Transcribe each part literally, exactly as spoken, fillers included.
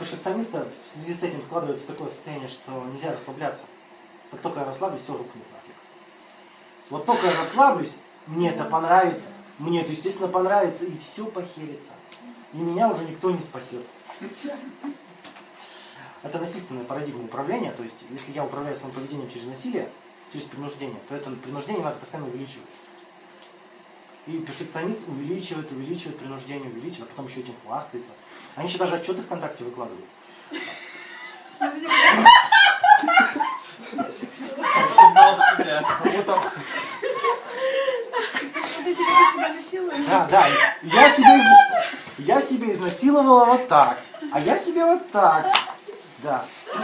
перфекциониста в связи с этим складывается такое состояние, что нельзя расслабляться. Как только я расслаблюсь, все рухнет нафиг. Вот только я расслаблюсь, мне это понравится, мне это, естественно, понравится, и все похерится. И меня уже никто не спасет. Это насильственная парадигма управления, то есть, если я управляю своим поведением через насилие, через принуждение, то это принуждение надо постоянно увеличивать. И перфекционист увеличивает, увеличивает принуждение, увеличивает, а потом еще этим хвастается. Они еще даже отчеты ВКонтакте выкладывают. Узнал себя. Да, да. Я себя, из... я себя изнасиловала вот так, а я себя вот так. Да.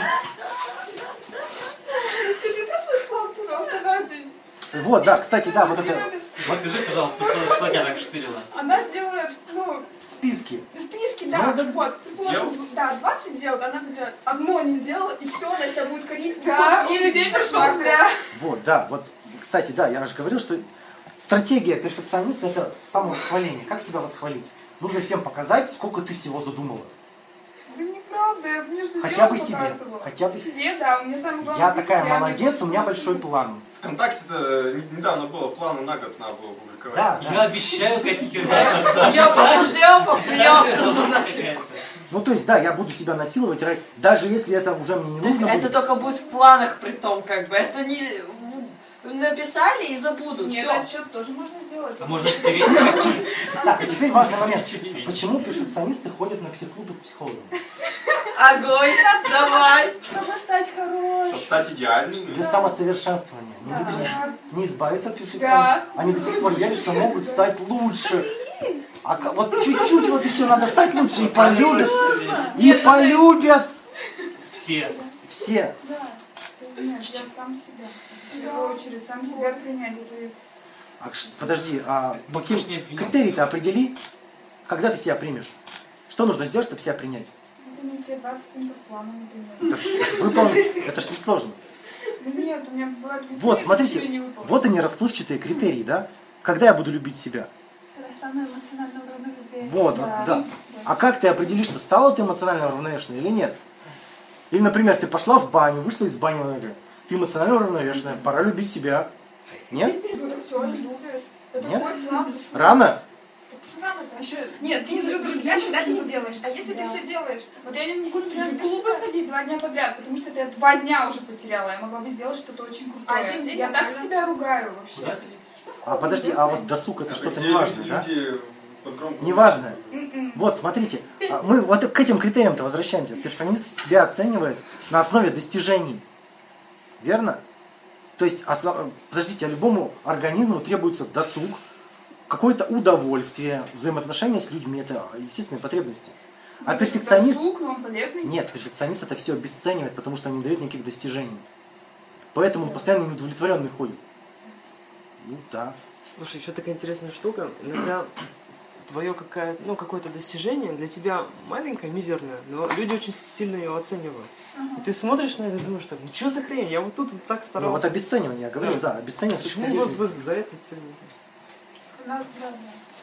Скажи про свой план, пожалуйста, на день. Вот, да, кстати, да, вот это... Вот скажи, пожалуйста, что, что тебя так штырило? Она делает, ну... Списки. Списки, да, Ну, вот. Предположим, да, двадцать дел, она делает, одно не сделала, и все, она себя будет корить. Да, и день прошел зря. Вот, да, вот, кстати, да, я же говорил, что стратегия перфекциониста — это самовосхваление. Как себя восхвалить? Нужно всем показать, сколько ты всего задумала. Да неправда, я между Хотя бы делом себе, показывала. хотя бы себе, да, у меня самое главное... Я такая молодец, у меня большой план. ВКонтакте-то недавно было, планы на год надо было публиковать. Да, Я да. обещаю, какая-то херня. Я посмотрел, посмеялся. Ну, то есть, да, я буду себя насиловать, даже если это уже мне не нужно Это будет. только будет в планах, при том, как бы. Это не... Написали и забудут. Нет, Все. отчет тоже можно сделать. А можно стереть? Так, а теперь важный момент. Почему перфекционисты ходят на психклубы к психологам? Огонь, давай. Чтобы стать хорошим. Чтобы стать идеальным. Для самосовершенствования. Не, Да. любят- не избавиться от Да. перфекционизма. Они до сих пор верят, что могут стать лучше. А ка- вот чуть-чуть вот еще надо стать лучше и полюбят. И полюбят Все. все. Да. Нет, я сам себя. В первую очередь, сам себя принять. Это... А, ш- подожди, а по каким Может, не обвинять? критерии-то определи, когда ты себя примешь? Что нужно сделать, чтобы себя принять? Выполнить себе двадцать пунктов плана, например. Это, выполнить, это ж не сложно. Ну нет, у меня бывает... Вот, ничего смотрите, не выполнено. вот они расплывчатые критерии, да? Когда я буду любить себя? Когда стану эмоционально уравновешенной. Вот, вот, да. А как ты определишь, что стала ты эмоционально уравновешенной или нет? Или, например, ты пошла в баню, вышла из бани, она говорит, ты эмоционально уравновешенная, пора любить себя. Нет? Ну так все, не любишь. Это Нет? твой план. Рано? Да почему рано-то? Еще... Нет, ты не любишь себя, когда ты не делаешь. А если ты все делаешь? Вот я не могу, например, в клубы ходить два дня подряд, потому что это я два дня уже потеряла. Я могла бы сделать что-то очень крутое. Один день я так нормально. себя ругаю вообще. Куда ты летишь? А подожди, а вот досуг это что-то Где неважное, люди, да? люди под громкую- Неважное. М-м. Вот, смотрите, а мы вот к этим критериям-то возвращаемся. Перфекционист себя оценивает на основе достижений. Верно? То есть, осо- подождите, а любому организму требуется досуг, какое-то удовольствие, взаимоотношения с людьми, это естественные потребности. А перфекционист... Досуг, но он полезный. Нет, перфекционист это все обесценивает, потому что он не дает никаких достижений. Поэтому он постоянно неудовлетворенный ходит. Ну да. Слушай, еще такая интересная штука. Иногда твое какая, ну, какое-то достижение для тебя маленькое, мизерное, но люди очень сильно его оценивают. И ты смотришь на это и думаешь, так, ну что за хрень, я вот тут вот так Ну, старался. вот обесценивание, я говорю, да, обесценивание Почему собственной вот вы деятельности. за это цените? Да, да, да.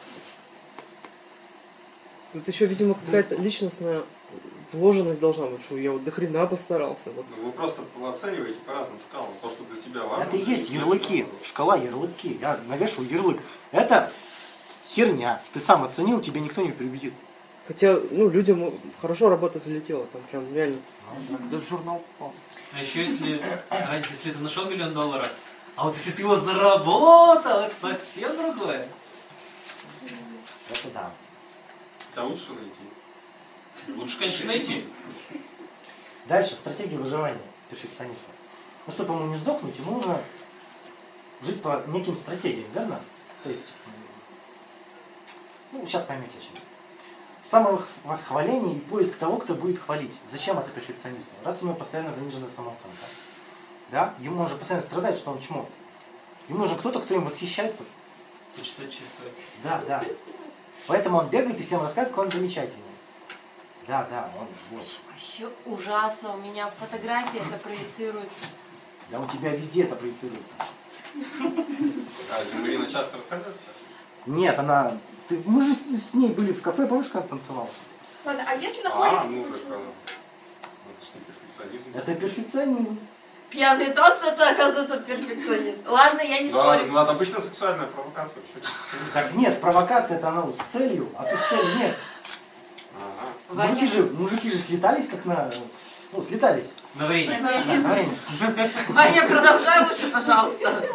Тут еще, видимо, какая-то личностная вложенность должна быть, что я вот до хрена постарался. Вот. Ну, вы просто оцениваете по разным шкалам. То, что для тебя важно. Это и есть для ярлыки. тебя Шкала ярлыки. Я навешиваю ярлык. Это херня. Ты сам оценил, тебе никто не переубедит. Хотя, ну, людям хорошо работа взлетела, там прям реально даже журнал попал. А еще если, разница, если ты нашел миллион долларов, а вот если ты его заработал, это совсем другое. Это да. Тебя лучше найти. Лучше, конечно, найти. Дальше, стратегия выживания перфекциониста. Ну, чтобы ему не сдохнуть, ему нужно жить по неким стратегиям, верно? То есть, ну, сейчас поймете, о чем. Самовосхваление и поиск того, кто будет хвалить. Зачем это перфекционисту? Раз у него постоянно заниженная самооценка. Да? Ему нужно постоянно страдать, что он чмо. Ему нужен кто-то, кто им восхищается. Почесать часов. Да, да. Поэтому он бегает и всем рассказывает, как он замечательный. Да, да, он вот. Вообще ужасно. У меня в фотографии это проецируется. Да у тебя везде это проецируется. А Зимарина часто рассказывает? Нет, она... Ты... Мы же с, с ней были в кафе, помнишь, как она танцевала? Ладно, а если А, находится... ну такой так человек? она. не перфекционизм. Это перфекционизм. Пьяный танц, это, оказывается, перфекционизм. Ладно, я не Да, спорю. ну, это обычно сексуальная провокация. Вообще. Так нет, провокация это она с целью, а тут цели нет. Ага. Мужики Ваня, же, мужики же слетались как на... Ну, слетались. На время. Да, на время. Ваня, продолжай лучше, пожалуйста.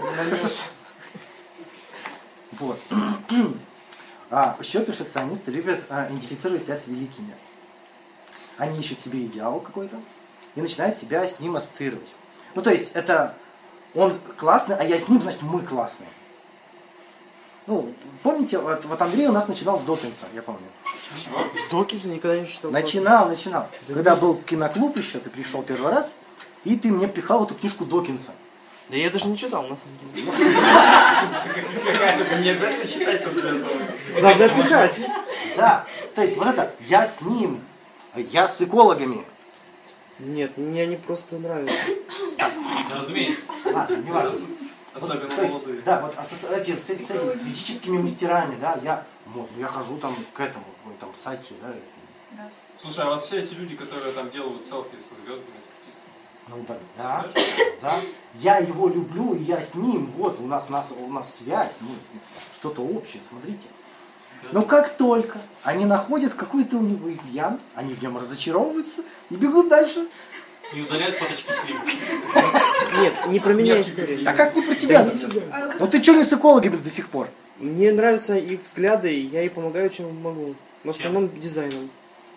Вот. А еще перфекционисты любят а, идентифицировать себя с великими. Они ищут себе идеал какой-то и начинают себя с ним ассоциировать. Ну, то есть, это он классный, а я с ним, значит, мы классные. Ну, помните, вот, вот Андрей у нас начинал с Докинса, я помню. С Докинса никогда не читал. Начинал, начинал. Когда был киноклуб еще, ты пришел первый раз, и ты мне пихал эту книжку Докинса. Да я даже не читал, на самом деле. Не обязательно читать тут. Надо пихать. Да, то есть вот это, я с ним, я с экологами. Нет, мне они просто нравятся. Разумеется. Ладно, не важно. Особенно Вот, то есть, молодые. да, вот асоци- эти, с, с, этими, с ведическими мастерами, да, я, вот, я хожу там к этому, ну, там, Сати, да, Да. Слушай, а вот все эти люди, которые там делают селфи со звездами, с артистами, ну, да, да, да, я его люблю, и я с ним, вот, у нас, нас, у нас связь, ну, что-то общее, смотрите. Но как только они находят какой-то у него изъян, они в нем разочаровываются и бегут дальше. И удаляют фоточки с ним. Нет, не про меня история. А как не про тебя? Ну ты что не с экологами до сих пор? Мне нравятся их взгляды, и я ей помогаю, чем могу. В основном дизайном.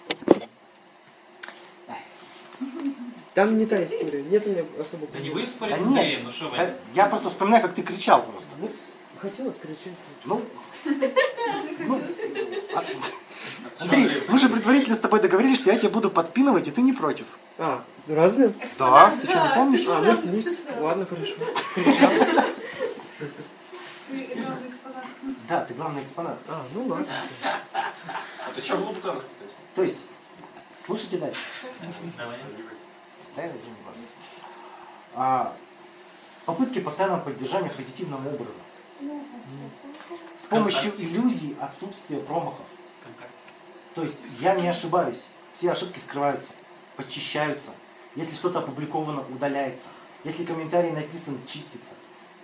Там не та история. Нет у меня особо... Да не будем спорить Да с нет. Андреем, ну что вы. Я- Я просто вспоминаю, как ты кричал просто. Ну, хотелось кричать. Ну, ну, а- Андрей, мы же предварительно с тобой договорились, что я тебя буду подпинывать, и ты не против. А, разве? Да, ты что, не помнишь? А, ну пусть. Ладно, хорошо. Ты главный экспонат. Да, ты главный экспонат. А, ну ладно. а ты что в Лабутанах, кстати? То есть, слушайте дальше. Давай. Да, это уже не важно. А, попытки постоянного поддержания позитивного образа. С помощью иллюзий отсутствия промахов. Контакт. То есть я не ошибаюсь. Все ошибки скрываются, подчищаются. Если что-то опубликовано, удаляется. Если комментарий написан, чистится.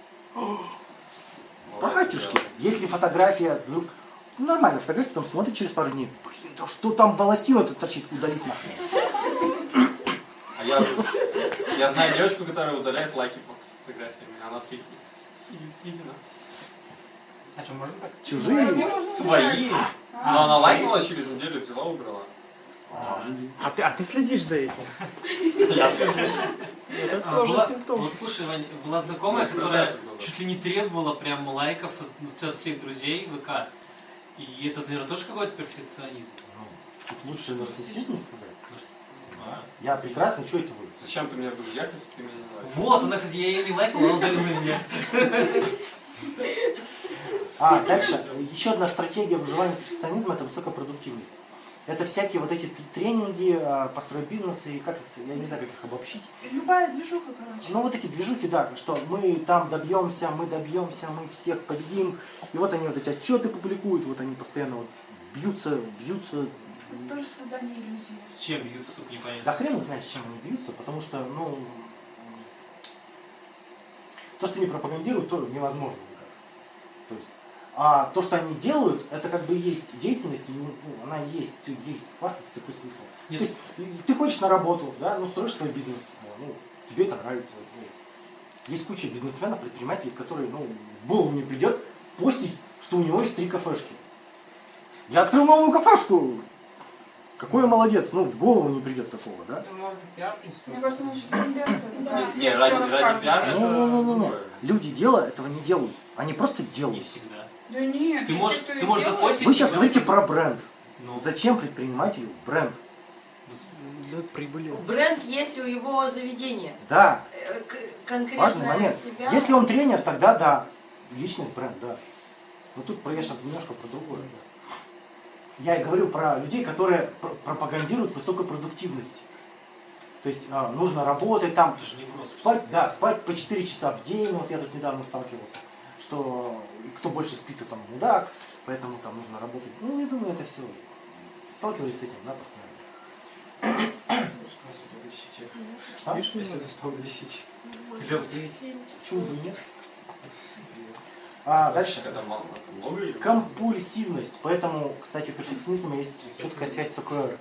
Батюшки, если фотография вдруг... Ну, нормально, фотография там смотрит через пару дней. Блин, да что там волосина-то торчит? Удалить нахрен. А я, я знаю девочку, которая удаляет лайки под фотографиями. Она скидывает среди нас. А что, можно так? Чужие. Свои. Но она лайкнула через неделю, дела убрала. А ты, а ты следишь за этим? Я скажу. Это А, тоже была- симптом. Вот слушай, Вань, была знакомая, Ну, которая бросается в глаза. чуть ли не требовала прям лайков от, от всех друзей в ВК. И это, наверное, тоже какой-то перфекционизм. Чуть лучше нарциссизм сказать. А. Я прекрасно, что это вы? Зачем ты меня в друзьях, если ты меня не лайкаешь? Вот, она, кстати, я ее не лайкала, она удалила меня. А, дальше. Еще одна стратегия выживания перфекционизма – это высокопродуктивность. Это всякие вот эти т- тренинги, а, построй бизнес и как их, я не знаю, как их обобщить. Любая движуха, короче. Ну вот эти движухи, да, что мы там добьемся, мы добьемся, мы всех победим. И вот они вот эти отчеты публикуют, вот они постоянно вот бьются, бьются. Это тоже создание иллюзий. С чем бьются, тут Да непонятно. хрен знает, с чем они бьются, потому что, ну, то, что они пропагандируют, то невозможно никак. То есть, а то, что они делают, это как бы и есть деятельность, и, ну, она и есть, ей хвастаться такой смысл. Нет. То есть, и ты ходишь на работу, да, ну, строишь свой бизнес, ну, тебе это нравится. Ну, есть куча бизнесменов, предпринимателей, которые, ну, в голову не придет постить, что у него есть три кафешки. Я открыл новую кафешку. Какой я молодец, ну, в голову не придет такого, да? Мне кажется, у нас сейчас тенденция. Да, Не, все ради, всё ради рассказывают. пиара это Не-не-не-не. другое. Люди дела этого не делают. Они просто Не делают. всегда. Да нет, Ты если можешь- кто ты и можешь делает- запостить- Вы сейчас говорите про бренд. Ну, Зачем предпринимателю бренд? Да, прибыли. Бренд есть у его заведения. Да, Э, к- Конкретно важный момент. себя. Если он тренер, тогда да. Личность бренд, да. Но тут про- я сейчас немножко про другое. Я и говорю про людей, которые пр- пропагандируют высокопродуктивность. То есть а, нужно работать там, это же не просто. спать, да, спать по четыре часа в день. Вот я тут недавно сталкивался, что кто больше спит, то там мудак, поэтому там нужно работать. Ну, я думаю, это все. Сталкивались с этим, да, постоянно. десяти. А? Видишь, Если до ста до десяти. Лёв, ты Почему бы и нет? А, дальше. Это мало, это много или? Компульсивность. Поэтому, кстати, у перфекционизма есть четкая связь с ОКР.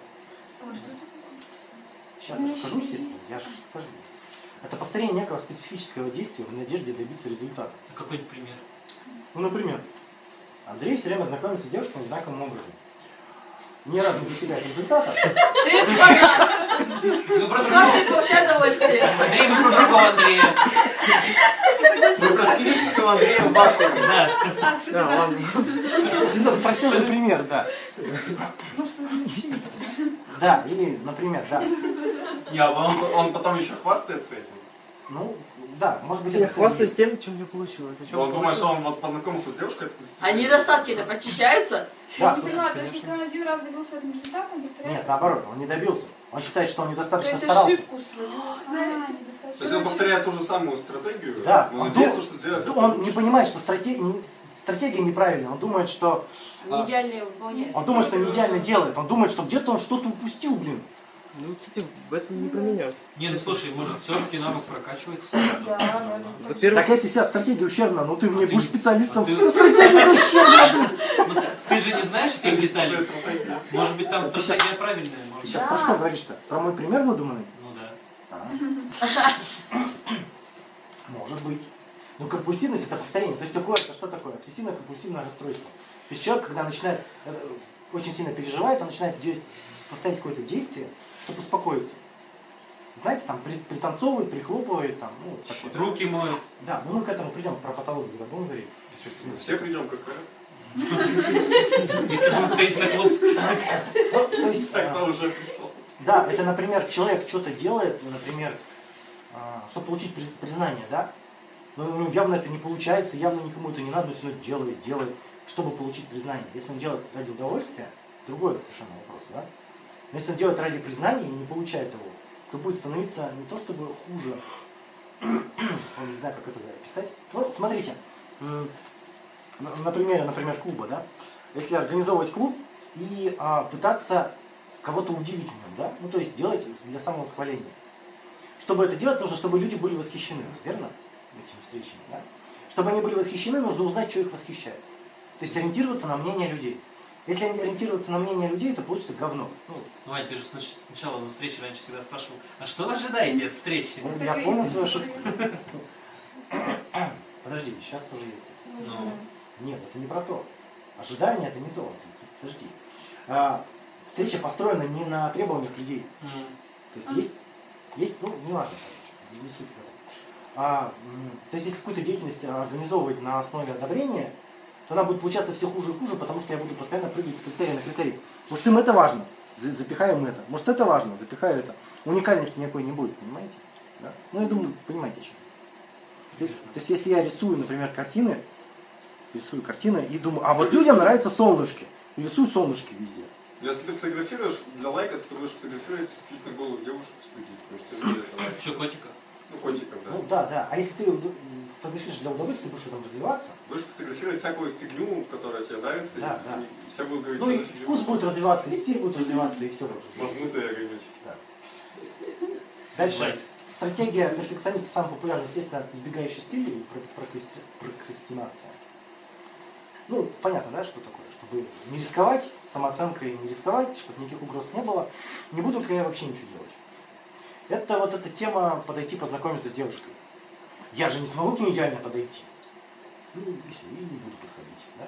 Сейчас я скажу, естественно, я же скажу. Это повторение некого специфического действия в надежде добиться результата. А какой-нибудь пример? Ну, например, Андрей все время знакомится с девушками одинаковым образом. Ни разу не достигает результата. Ты фанат! Ну просто Сам ты получай удовольствие. Андрей, мы про другого Андрея. Ну, про сферического Андрея в вакууме. Да. А, кстати, Да, да. ладно. Ну, Просил же пример, да. Ну что, вообще не понимаю. Да, или, например, да. Не, а он, он потом еще хвастается этим. Ну, да, может быть, Я это хвастаюсь тем, чем мне получилось. А чем Он думает, что получилось? он вот познакомился с девушкой. это А недостатки-то подчищаются? Да, Я не тут, понимаю, то есть конечно. если он один раз добился этого результата, он повторяет? Нет, наоборот, он не добился. Он считает, что он То недостаточно есть старался. ошибку свою. А, недостаточно. То есть он повторяет ту же самую стратегию, Да, но он, надеется, дум- что сделает это он не лучше. понимает, что стратег- не- стратегия неправильная. Он думает, что Не идеально выполняется. он думает, что не идеально делает. Он думает, что где-то он что-то упустил, блин. Ну, кстати, в этом не про меня. Не, ну слушай, может, все-таки навык прокачивается. Да, да, да. Во-первых, Так если вся стратегия ущербна, ну ты в ней А ты будешь не- специалистом. а ты- Стратегия ущербна, блин. Ну, ты же не знаешь всех деталей. Стратегия. Может быть, там Ты стратегия правильная. Ты Может. сейчас Да. про что говоришь-то? Про мой пример выдуманный? Ну да. А. Может быть. Ну, компульсивность это повторение. То есть такое, это что такое? Обсессивно-компульсивное расстройство. То есть человек, когда начинает, э, очень сильно переживает, он начинает действ- повторять какое-то действие, чтобы успокоиться. Знаете, там при- пританцовывает, прихлопывает, там, ну, вот такое. Руки моют. Да, ну мы к этому придем, про патологию, когда будем говорить. Все придем как Если будем ходить на клуб. Ну, то есть, э, Так-то уже пришел. да, это, например, человек что-то делает, ну, например, а, чтобы получить приз- признание, да? Но у него явно это не получается, явно никому это не надо, но все равно делает, делает, чтобы получить признание. Если он делает ради удовольствия, другой совершенно вопрос, да? Но если он делает ради признания и не получает его, то будет становиться не то чтобы хуже, я не знаю, как это описать. Ну, смотрите, м, на на примере, например, клуба, да? Если организовывать клуб и а, пытаться кого-то удивить в нем, да? Ну, то есть делать для самовосхваления. Чтобы это делать, нужно, чтобы люди были восхищены, верно? Этими встречами, да? Чтобы они были восхищены, нужно узнать, что их восхищает. То есть ориентироваться на мнение людей. Если ориентироваться на мнение людей, то получится говно. Ну, Ну, Вань, ты же снач- сначала на встрече раньше всегда спрашивал, а что вы ожидаете от встречи? ну, Так я и понял есть. свою ошибку. Подожди, сейчас тоже есть. Ну, Нет, это не про то. Ожидание это не то. Подожди. А, встреча построена не на требованиях людей. м, То есть есть, есть, ну, не важно, короче, не суть в этом. А, м, то есть если какую-то деятельность организовывать на основе одобрения, то она будет получаться все хуже и хуже, потому что я буду постоянно прыгать с критерия на критерий. Может, им это важно, за- запихаем это. Может, это важно, запихаю это. Уникальности никакой не будет, понимаете? Да? Ну, я думаю, понимаете, о чем. То есть, то есть, если я рисую, например, картины, рисую картины и думаю, а вот людям нравятся солнышки, и рисую солнышки везде. Если ты фотографируешь для лайка, то ты будешь фотографировать исключительно голых девушек в студии, потому что ты это лайк. Что, котика? Ну, котиков, да. Ну, да, да. А если ты уд- фотографируешь для удовольствия, будешь в этом развиваться, Будешь фотографировать всякую фигню, которая тебе нравится, Да, и, да. и все будут говорить, ну и что за фигня. вкус будет развиваться, и стиль будет развиваться, и все будет развиваться. Возмутые огонечки. Да. Дальше. Лайт. Стратегия перфекциониста самая популярная, естественно, избегающий стиль и про- прокрасти- прокрастинация. Ну, понятно, да, что такое? Чтобы не рисковать самооценкой, не рисковать, чтобы никаких угроз не было, не буду-ка я вообще ничего делать. Это вот эта тема подойти познакомиться с девушкой. Я же не смогу к ней идеально подойти. Ну, и все, и не буду подходить, да?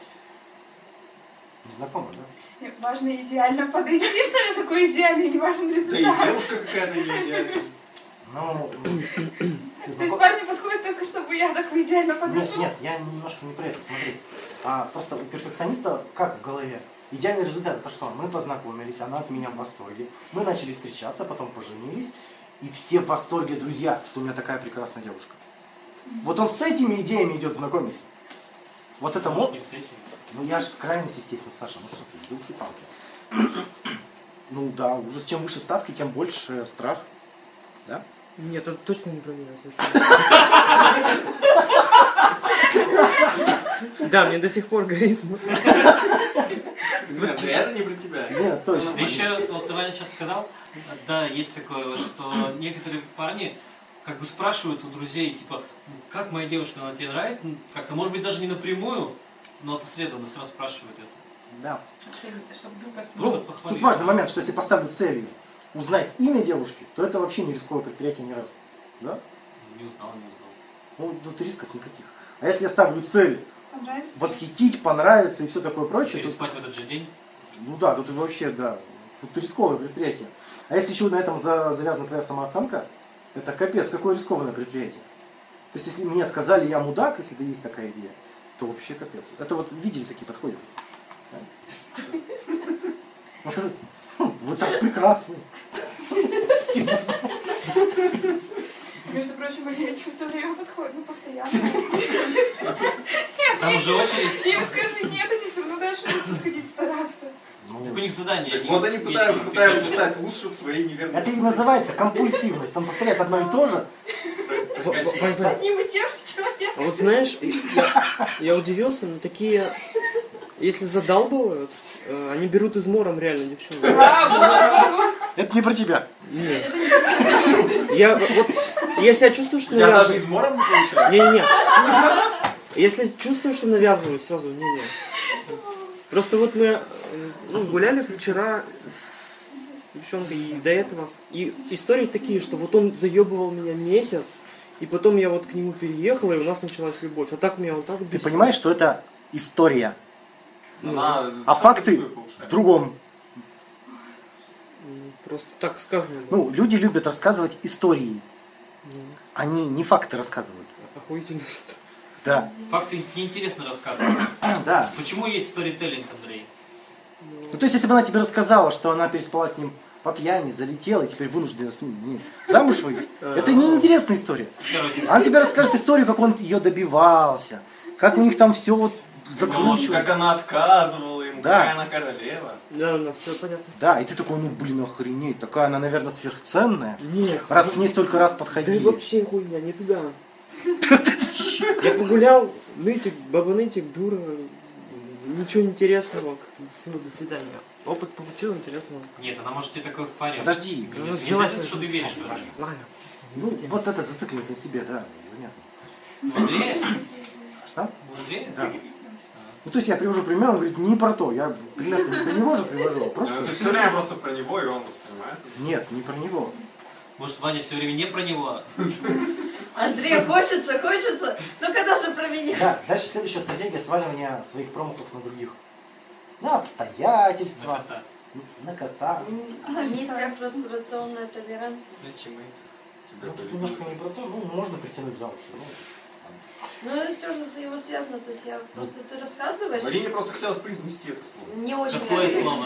Незнакомо, да? Нет, важно идеально подойти, что это такое идеальный, не важен Да и результат. девушка какая-то не идеальная. Ну, ты То есть знаком- парни подходят только, чтобы я так идеально Нет, подошел. нет, я немножко не про это, смотри. А, просто у перфекциониста как в голове? Идеальный результат это что? Мы познакомились, она от меня в восторге. Мы начали встречаться, потом поженились. И все в восторге, друзья, что у меня такая прекрасная девушка. Вот он с этими идеями идет знакомиться. Вот это Может, мо... не с этим. Ну я же крайность, естественно, Саша, ну что ты, елки-палки. Ну да, уже чем выше ставки, тем больше страх. Да? Нет, это точно не про меня, слушай. Да, мне до сих пор горит. Нет, это не про тебя. Нет, точно. Да еще, вот ты, Ваня, сейчас сказал, да, есть такое, вот, что некоторые парни как бы спрашивают у друзей, типа, как моя девушка, она тебе нравится? Ну, как-то, может быть, даже не напрямую, но опосредованно сразу спрашивают это. Да. Чтобы вдруг это- Ну, тут важный момент, что если поставлю целью узнать имя девушки, то это вообще не рисковое предприятие ни разу. Да? Не узнал, не узнал. Ну, тут рисков никаких. А если я ставлю цель Понравится? восхитить, понравиться и все такое прочее, то, Переспать в этот же день? ну да, тут вообще, да, тут рисковое предприятие. А если еще на этом за- завязана твоя самооценка, это капец, какое рискованное предприятие. То есть, если мне отказали, я мудак, если да есть такая идея, то вообще капец. Это вот видели такие подходы? Вы так прекрасны. Между прочим, они ведь все время подходят, ну постоянно. Там уже очередь. Им скажи нет, они все равно дальше будут подходить, стараться. Так у них задание. Вот они пытаются, пытаются стать лучше в своей неверности. Это и называется компульсивность. Он повторяет одно и то же. В- в- Вань, С Вань, одним и тем же человеком. а вот знаешь, я, я удивился, но такие, если задалбывают, э, они берут измором реально девчонок. Это не про тебя. Нет. Я вот, если я чувствую, что У тебя даже навязываю... измором не получается? Не-не. Если чувствую, что навязываю, сразу не-не. Просто вот мы э, ну, гуляли вчера с девчонкой и до этого. И истории такие, что вот он заебывал меня месяц, и потом я вот к нему переехала, и у нас началась любовь. А так меня он так Ты бесил. понимаешь, что это история, Она а факты свою повышает. в другом. М, Просто так сказано. было. Ну, люди любят рассказывать истории. Ну, Они не факты рассказывают. охуительно. Да, Факты неинтересно рассказывать. да. Почему есть сторителлинг, Андрей? Ну, то есть, если бы она тебе рассказала, что она переспала с ним по пьяни, залетела и теперь вынуждена с ним ну, замуж выйти, это неинтересная история. Короче, Она тебе расскажет историю, как он ее добивался, как у них там все вот Как закручивалось. она отказывала ему, Да. какая она королева. Да, да, все понятно. Да, и ты такой, ну блин, охренеть, такая она, наверное, сверхценная. Нет. Раз к ней столько раз Да подходили. вообще хуйня, не туда. Я погулял, нытик, баба нытик, дура, ничего интересного. Все, до свидания. Опыт получил, интересного. нет, она может тебе такое в паре. Подожди. Не, Ну, не делай значит, что ты веришь в это. Ладно. Ну, вот это зацикленность на себе, да, занятно. Мудрее? Что? Мудрее? Да. Ну, то есть я привожу пример, он говорит, не про то. Я пример не про него же привожу, а просто... Это все время просто про него, и он воспринимает. Нет, не про него. Может, Ваня все время не про него? Андрей, хочется, хочется. Ну когда же про меня? Да, дальше следующая стратегия сваливания своих промахов на других. На обстоятельства, На кота. на кота. Низкая фрустрационная толерантность. Зачем это? Ну, тут немножко не про то, ну, можно притянуть за уши. Ну, Ну и все же за его связано. То есть я просто ты рассказываешь. Марине просто хотелось произнести это слово. Не очень. Какое слово?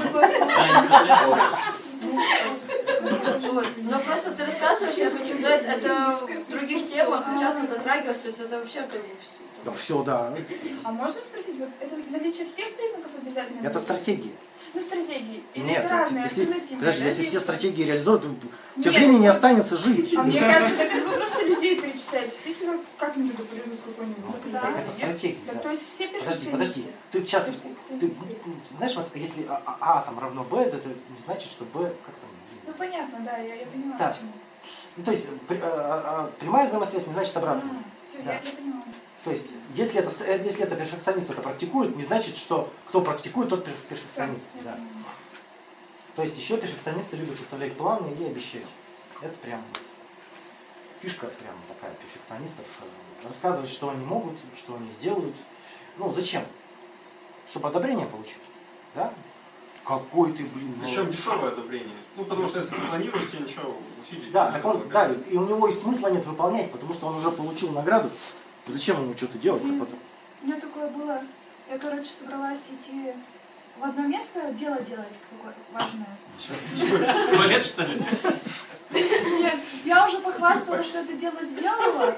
Вот. Но просто ты рассказываешь, я хочу, да, это в других темах часто затрагивалось, то есть это вообще как бы все. да все, да. А можно спросить, вот это наличие всех признаков обязательно? Это стратегия. Ну, стратегии. Или Нет, это разные, если, альтернативные? подожди, да, если есть? все стратегии реализуют, у тебя Нет, времени не вот- останется жить. А мне кажется, так это вы просто людей перечисляете. Все сюда как-нибудь туда придут какой-нибудь. Ну, Да, так это нет? стратегия. Так, Да. то есть все Подожди, перфекционисты. подожди. Ты сейчас, ты, Перфекционисты. знаешь, вот если А, А- А там равно Б, это не значит, что Б как там. блин. Ну, понятно, да, я, я понимаю, Да. почему. Ну, то есть при- а- а- прямая взаимосвязь не значит обратно. все, Да. я, я понимаю. То есть, если это, ст- э, если это перфекционист это практикует, не значит, что кто практикует, тот перф- перфекционист. Я Да. понимаю. То есть еще перфекционисты любят составлять планы и обещать. Это прям фишка прям такая перфекционистов. э, Рассказывать, что они могут, что они сделают. Ну, зачем? Чтобы одобрение получить. Да? Какой ты, блин. ну, Причем дешевое одобрение. Ну, потому что если ты планируешь, тебе ничего усилить. Да, не так надо он, да, влагать. и у него и смысла нет выполнять, потому что он уже получил награду. Зачем ему что-то делать Мгм. потом? У меня такое было, я, короче, собралась идти в одно место, дело делать какое важное. Туалет, что ли? Нет, я уже похвасталась, что это дело сделала.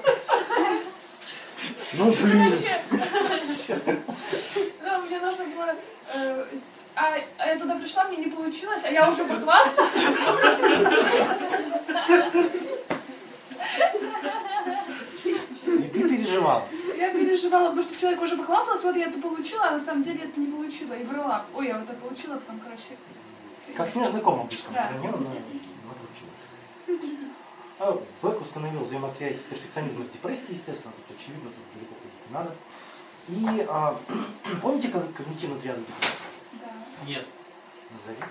Ну, блин. Короче, ну, мне нужно было... э, с- а, а я туда пришла, мне не получилось, а я уже похвасталась. И ты переживал. Я переживала. переживала, потому что человек уже похвастался, вот я это получила, а на самом деле это не получила. И врала. Ой, я вот это получила, потом, короче... Как снежный ком обычно. Да. А Бек установил взаимосвязь перфекционизма с депрессией, естественно, тут очевидно, тут далеко ходить не надо. И а, помните когнитивную триаду депрессии? Да. Нет. Назови.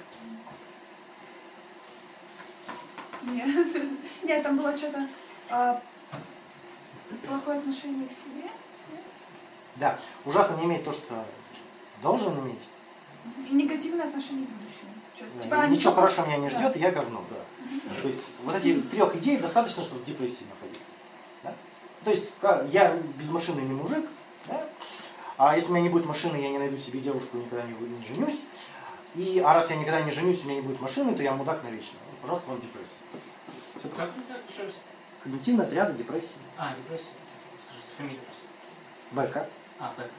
Нет. Нет, там было что-то а, плохое отношение к себе. Нет? Да, ужасно не иметь то, что должен иметь. И негативное отношение к будущему. Чё, Да, типа, ничего они только- хорошего меня не Да. ждет, и я говно, да. То есть вот эти трех идей достаточно, чтобы в депрессии находиться. Да? То есть ка- я без машины не мужик, да? А если у меня не будет машины, я не найду себе девушку, никогда не, вы- не женюсь. И, а раз я никогда не женюсь, у меня не будет машины, то я мудак навечно. Ну, пожалуйста, вам депрессия. Всё Как просто. называется, еще раз? Когнитивная триада депрессии. А, депрессия. Слушайте, фамилия просто. Бека. А, так.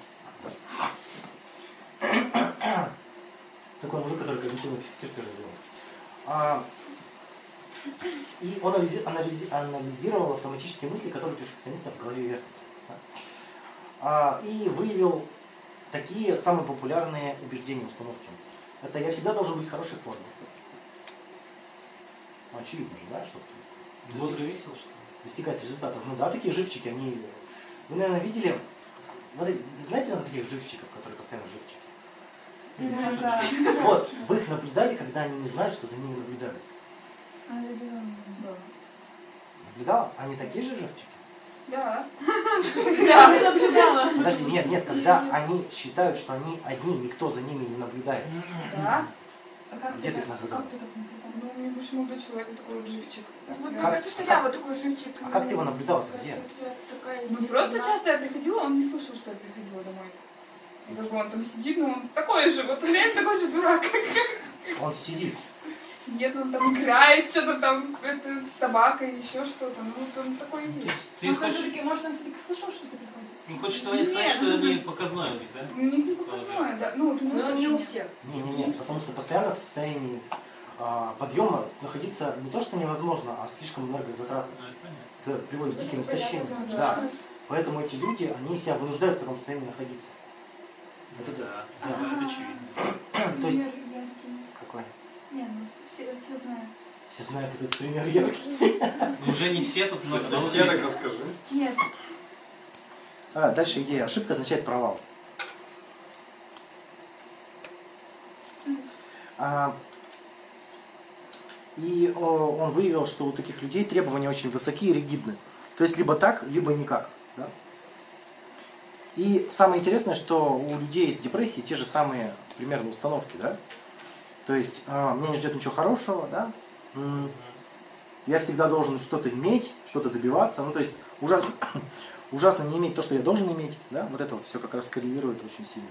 Такой мужик, который когнитивную психотерапию делал. А, и он анализи- анализи- анализировал автоматические мысли, которые у перфекционистов в голове вертятся. Да? А, и выявил такие самые популярные убеждения, установки. Это я всегда должен быть в хорошей форме. Ну, очевидно же, да, что Бодро весело, что ли? достигать результатов. Ну да, такие живчики, они... Вы, наверное, видели... Вот, эти- знаете, на таких живчиков, которые постоянно живчики? Да, да. Вот, вы их наблюдали, когда они не знают, что за ними наблюдают. А, я думала, да. Наблюдала? Они такие же живчики? Да. Да, я наблюдала. Подожди, нет, нет, когда они считают, что они одни, никто за ними не наблюдает. Да. А как Где ты ты их так- наблюдала? как ты так наблюдала? Ну, у меня бывший молодой человек, вот такой вот живчик. Вот мне Как- кажется, что я вот такой живчик. А как ты его наблюдала-то? Кажется, Где? вот я такая Ну, просто невидимая. часто я приходила, он не слышал, что я приходила домой. И как бы он там сидит, ну он такой же, вот реально такой же дурак. Он сидит. Нет, ну он там играет, что-то там это, с собакой, еще что-то. Ну, вот он такой и То есть. есть ты Ну, хочешь, все-таки, может, он все-таки слышал, что ты приходишь? не хочешь что мне сказать, Нет. что это не показное у них, да? У них не показное, да. Ну, вот у него Но не тоже у всех. Не-не-не, потому что постоянно в состоянии а, подъема находиться не то, что невозможно, а слишком энергозатратно. Ну, это понятно. Это приводит к диким истощениям. да, Да. да. Поэтому эти люди, они себя вынуждают в таком состоянии находиться. Это да. Да, да, это очевидно. То есть, Например, я, например. какой? Не, ну, все, все знают. Все знают этот пример яркий. Ну, уже не все тут у нас Если на все, так улице. расскажи. Нет. А, дальше идея. Ошибка означает провал. А, и о, он выявил, что у таких людей требования очень высокие и ригидны. То есть либо так, либо никак. Да? И самое интересное, что у людей с депрессией те же самые примерно установки. Да? То есть а, меня не ждет ничего хорошего, да? М, я всегда должен что-то иметь, что-то добиваться. Ну, то есть ужасно, ужасно не иметь то, что я должен иметь. Да? Вот это вот все как раз коррелирует очень сильно.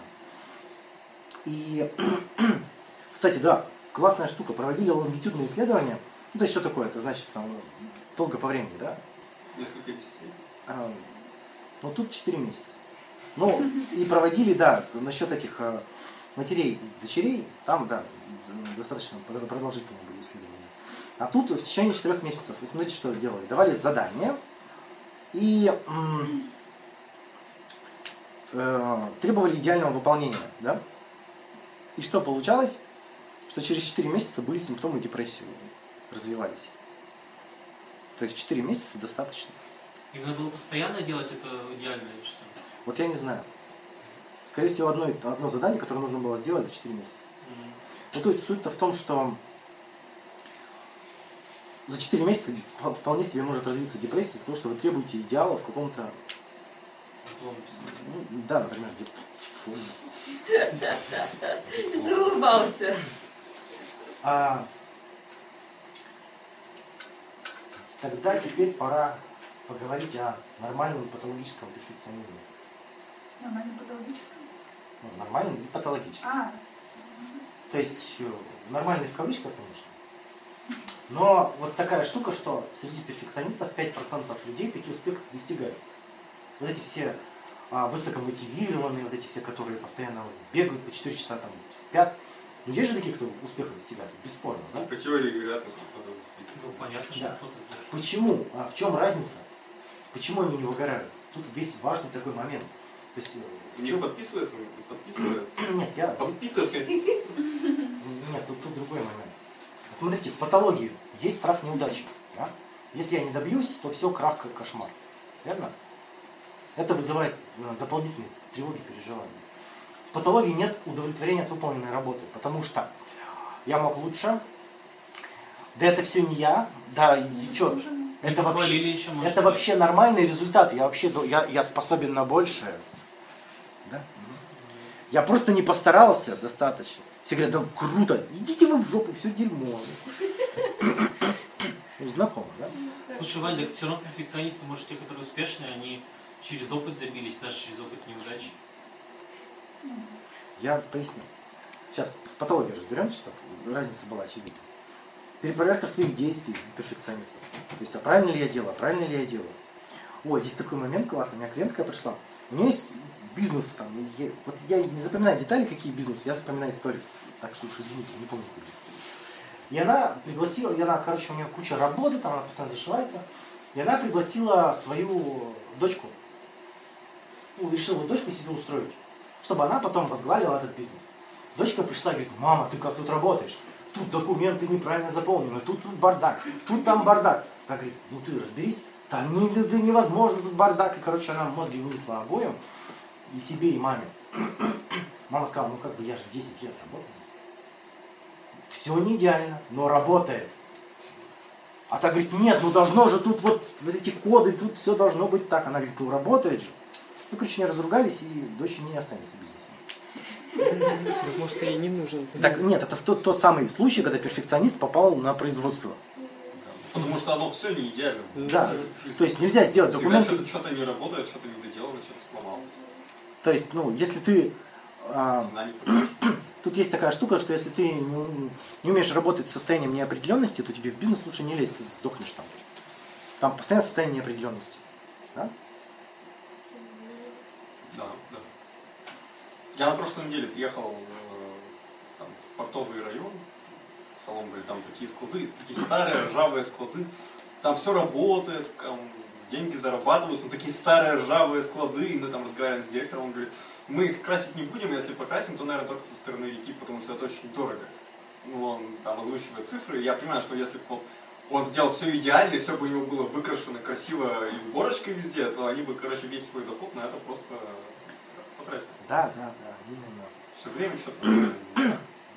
И, кстати, да, классная штука. Проводили лонгитюдные исследования. Ну, то есть, что такое? Это значит, там, долго по времени, да? Несколько десятилетий. А, ну, тут четыре месяца. Ну, и проводили, да, насчет этих а, матерей, дочерей, там, да, достаточно продолжительные были исследования. А тут в течение четырех месяцев, и смотрите, что делали. Давали задания и м, э, требовали идеального выполнения, да? И что получалось? Что через четыре месяца были симптомы депрессии, развивались. То есть четыре месяца достаточно. И надо было постоянно делать это идеально или что? Вот я не знаю. Скорее всего, одно, одно задание, которое нужно было сделать за четыре месяца. М. Ну, то есть суть-то в том, что за четыре месяца вполне себе может развиться депрессия из-за того, что вы требуете идеала в каком-то, Диплом писать. ну, да, например, дипломе. Ты заулыбался. А, тогда теперь пора поговорить о нормальном патологическом перфекционизме. Нормально патологическом. Ну, нормальном и патологическом. А, То есть э, нормальный в кавычках, конечно. Но вот такая штука, что среди перфекционистов пять процентов людей такие успехи достигают. Вот эти все а, высокомотивированные, вот эти все, которые постоянно бегают по четыре часа, там, спят. Ну есть же такие, кто успеха достигает, бесспорно, да? По теории вероятности кто-то достиг. Ну, понятно, что Да. кто-то делает. Почему? А в чем разница? Почему они не выгорают? Тут весь важный такой момент. есть, в них подписывается, подписывает, нет, я... подпитывает. Нет, тут, тут другой момент. Смотрите, в патологии есть страх неудачи. Да? Если я не добьюсь, то все, крах, как кошмар. Верно? Это вызывает дополнительные тревоги, переживания. В патологии нет удовлетворения от выполненной работы, потому что я мог лучше, да это все не я, да и что, это вообще, еще, может, это вообще нормальный результат, я вообще я, я способен на большее. Да? Я просто не постарался достаточно. Все говорят, да круто, идите вы в жопу, все дерьмо. Знакомо, да? Слушай, Вань, так все равно перфекционисты, может, те, которые успешные, они через опыт добились, даже через опыт неудачи. Я поясню. Сейчас с патологией разберемся, чтобы разница была очевидна. Перепроверка своих действий перфекционистов. То есть, а правильно ли я делаю, а правильно ли я делаю. Ой, есть такой момент классный. У меня клиентка пришла. У нее есть бизнес там. Я, вот я не запоминаю детали, какие бизнесы, я запоминаю истории. Так что уж извините, не помню, какой бизнес. И она пригласила, и она, короче, у нее куча работы, там она постоянно зашивается. И она пригласила свою дочку. Ну, решила дочку себе устроить, чтобы она потом возглавила этот бизнес. Дочка пришла и говорит, мама, ты как тут работаешь? Тут документы неправильно заполнены, тут, тут бардак, тут там бардак. Она говорит, ну ты разберись. Да не, да невозможно, тут бардак. И, короче, она мозги вынесла обоим, и себе, и маме. Мама сказала, ну как бы я же десять лет работаю. Все не идеально, но работает. А та говорит, нет, ну должно же тут вот, вот эти коды, тут все должно быть так. Она говорит, ну работает же. Ну, короче, они разругались, и дочь не останется бизнесом. Так, может, ей не нужен. Так, нет, это тот, тот самый случай, когда перфекционист попал на производство. Потому что оно все не идеально. Да, то есть нельзя сделать документы. Что-то, что-то не работает, что-то не доделано, что-то сломалось. То есть, ну, если ты... А, тут есть такая штука, что если ты не, не умеешь работать с состоянием неопределенности, то тебе в бизнес лучше не лезть, ты сдохнешь там. Там постоянно состояние неопределенности. Да? Да, да. Я на прошлой неделе приехал э, там, в портовый район, в Соломбре, там такие склады, такие старые ржавые склады. Там все работает, там деньги зарабатываются, но такие старые ржавые склады, и мы там разговариваем с директором, он говорит, мы их красить не будем, если покрасим, то, наверное, только со стороны реки, потому что это очень дорого. Ну, он там озвучивает цифры, и я понимаю, что если бы он сделал все идеально, и все бы у него было выкрашено красиво и уборочка везде, то они бы, короче, весь свой доход на это просто потратили. Да, да, да, именно. Все время что-то.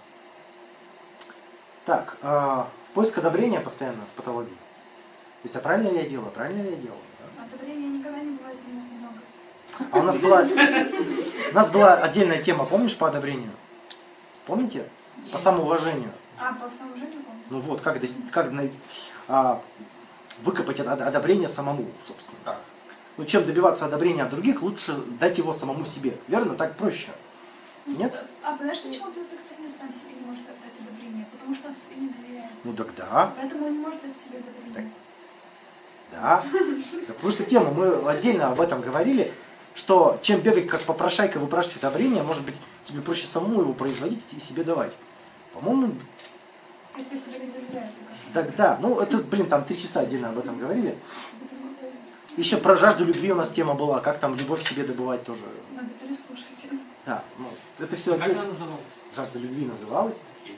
Так, э, поиск одобрения постоянно в патологии. То есть, а правильно ли я делаю, правильно ли я делаю? Да? Одобрения никогда не бывает много. А у нас была, у нас была отдельная тема, помнишь, по одобрению? Помните? По самоуважению. А, по самоуважению помню. Ну вот, как, как а, выкопать одобрение самому, собственно. Так. Ну, чем добиваться одобрения от других, лучше дать его самому себе. Верно? Так проще. Нет? А знаешь, почему перфекционист сам себе не может дать одобрение? Потому что он себе не доверяет. Ну так да. Поэтому он не может дать себе одобрение. Да. Да, потому что тема, мы отдельно об этом говорили, что чем бегать как попрошайка, выпрашивать одобрение, может быть, тебе проще самому его производить и себе давать. По-моему... Если себе не доверяет. Так да. Ну, это, блин, там три часа отдельно об этом говорили. Еще про жажду любви у нас тема была, как там любовь себе добывать тоже. Надо переслушать. Да, ну, это все... Как она называлась? Жажда любви называлась. Окей.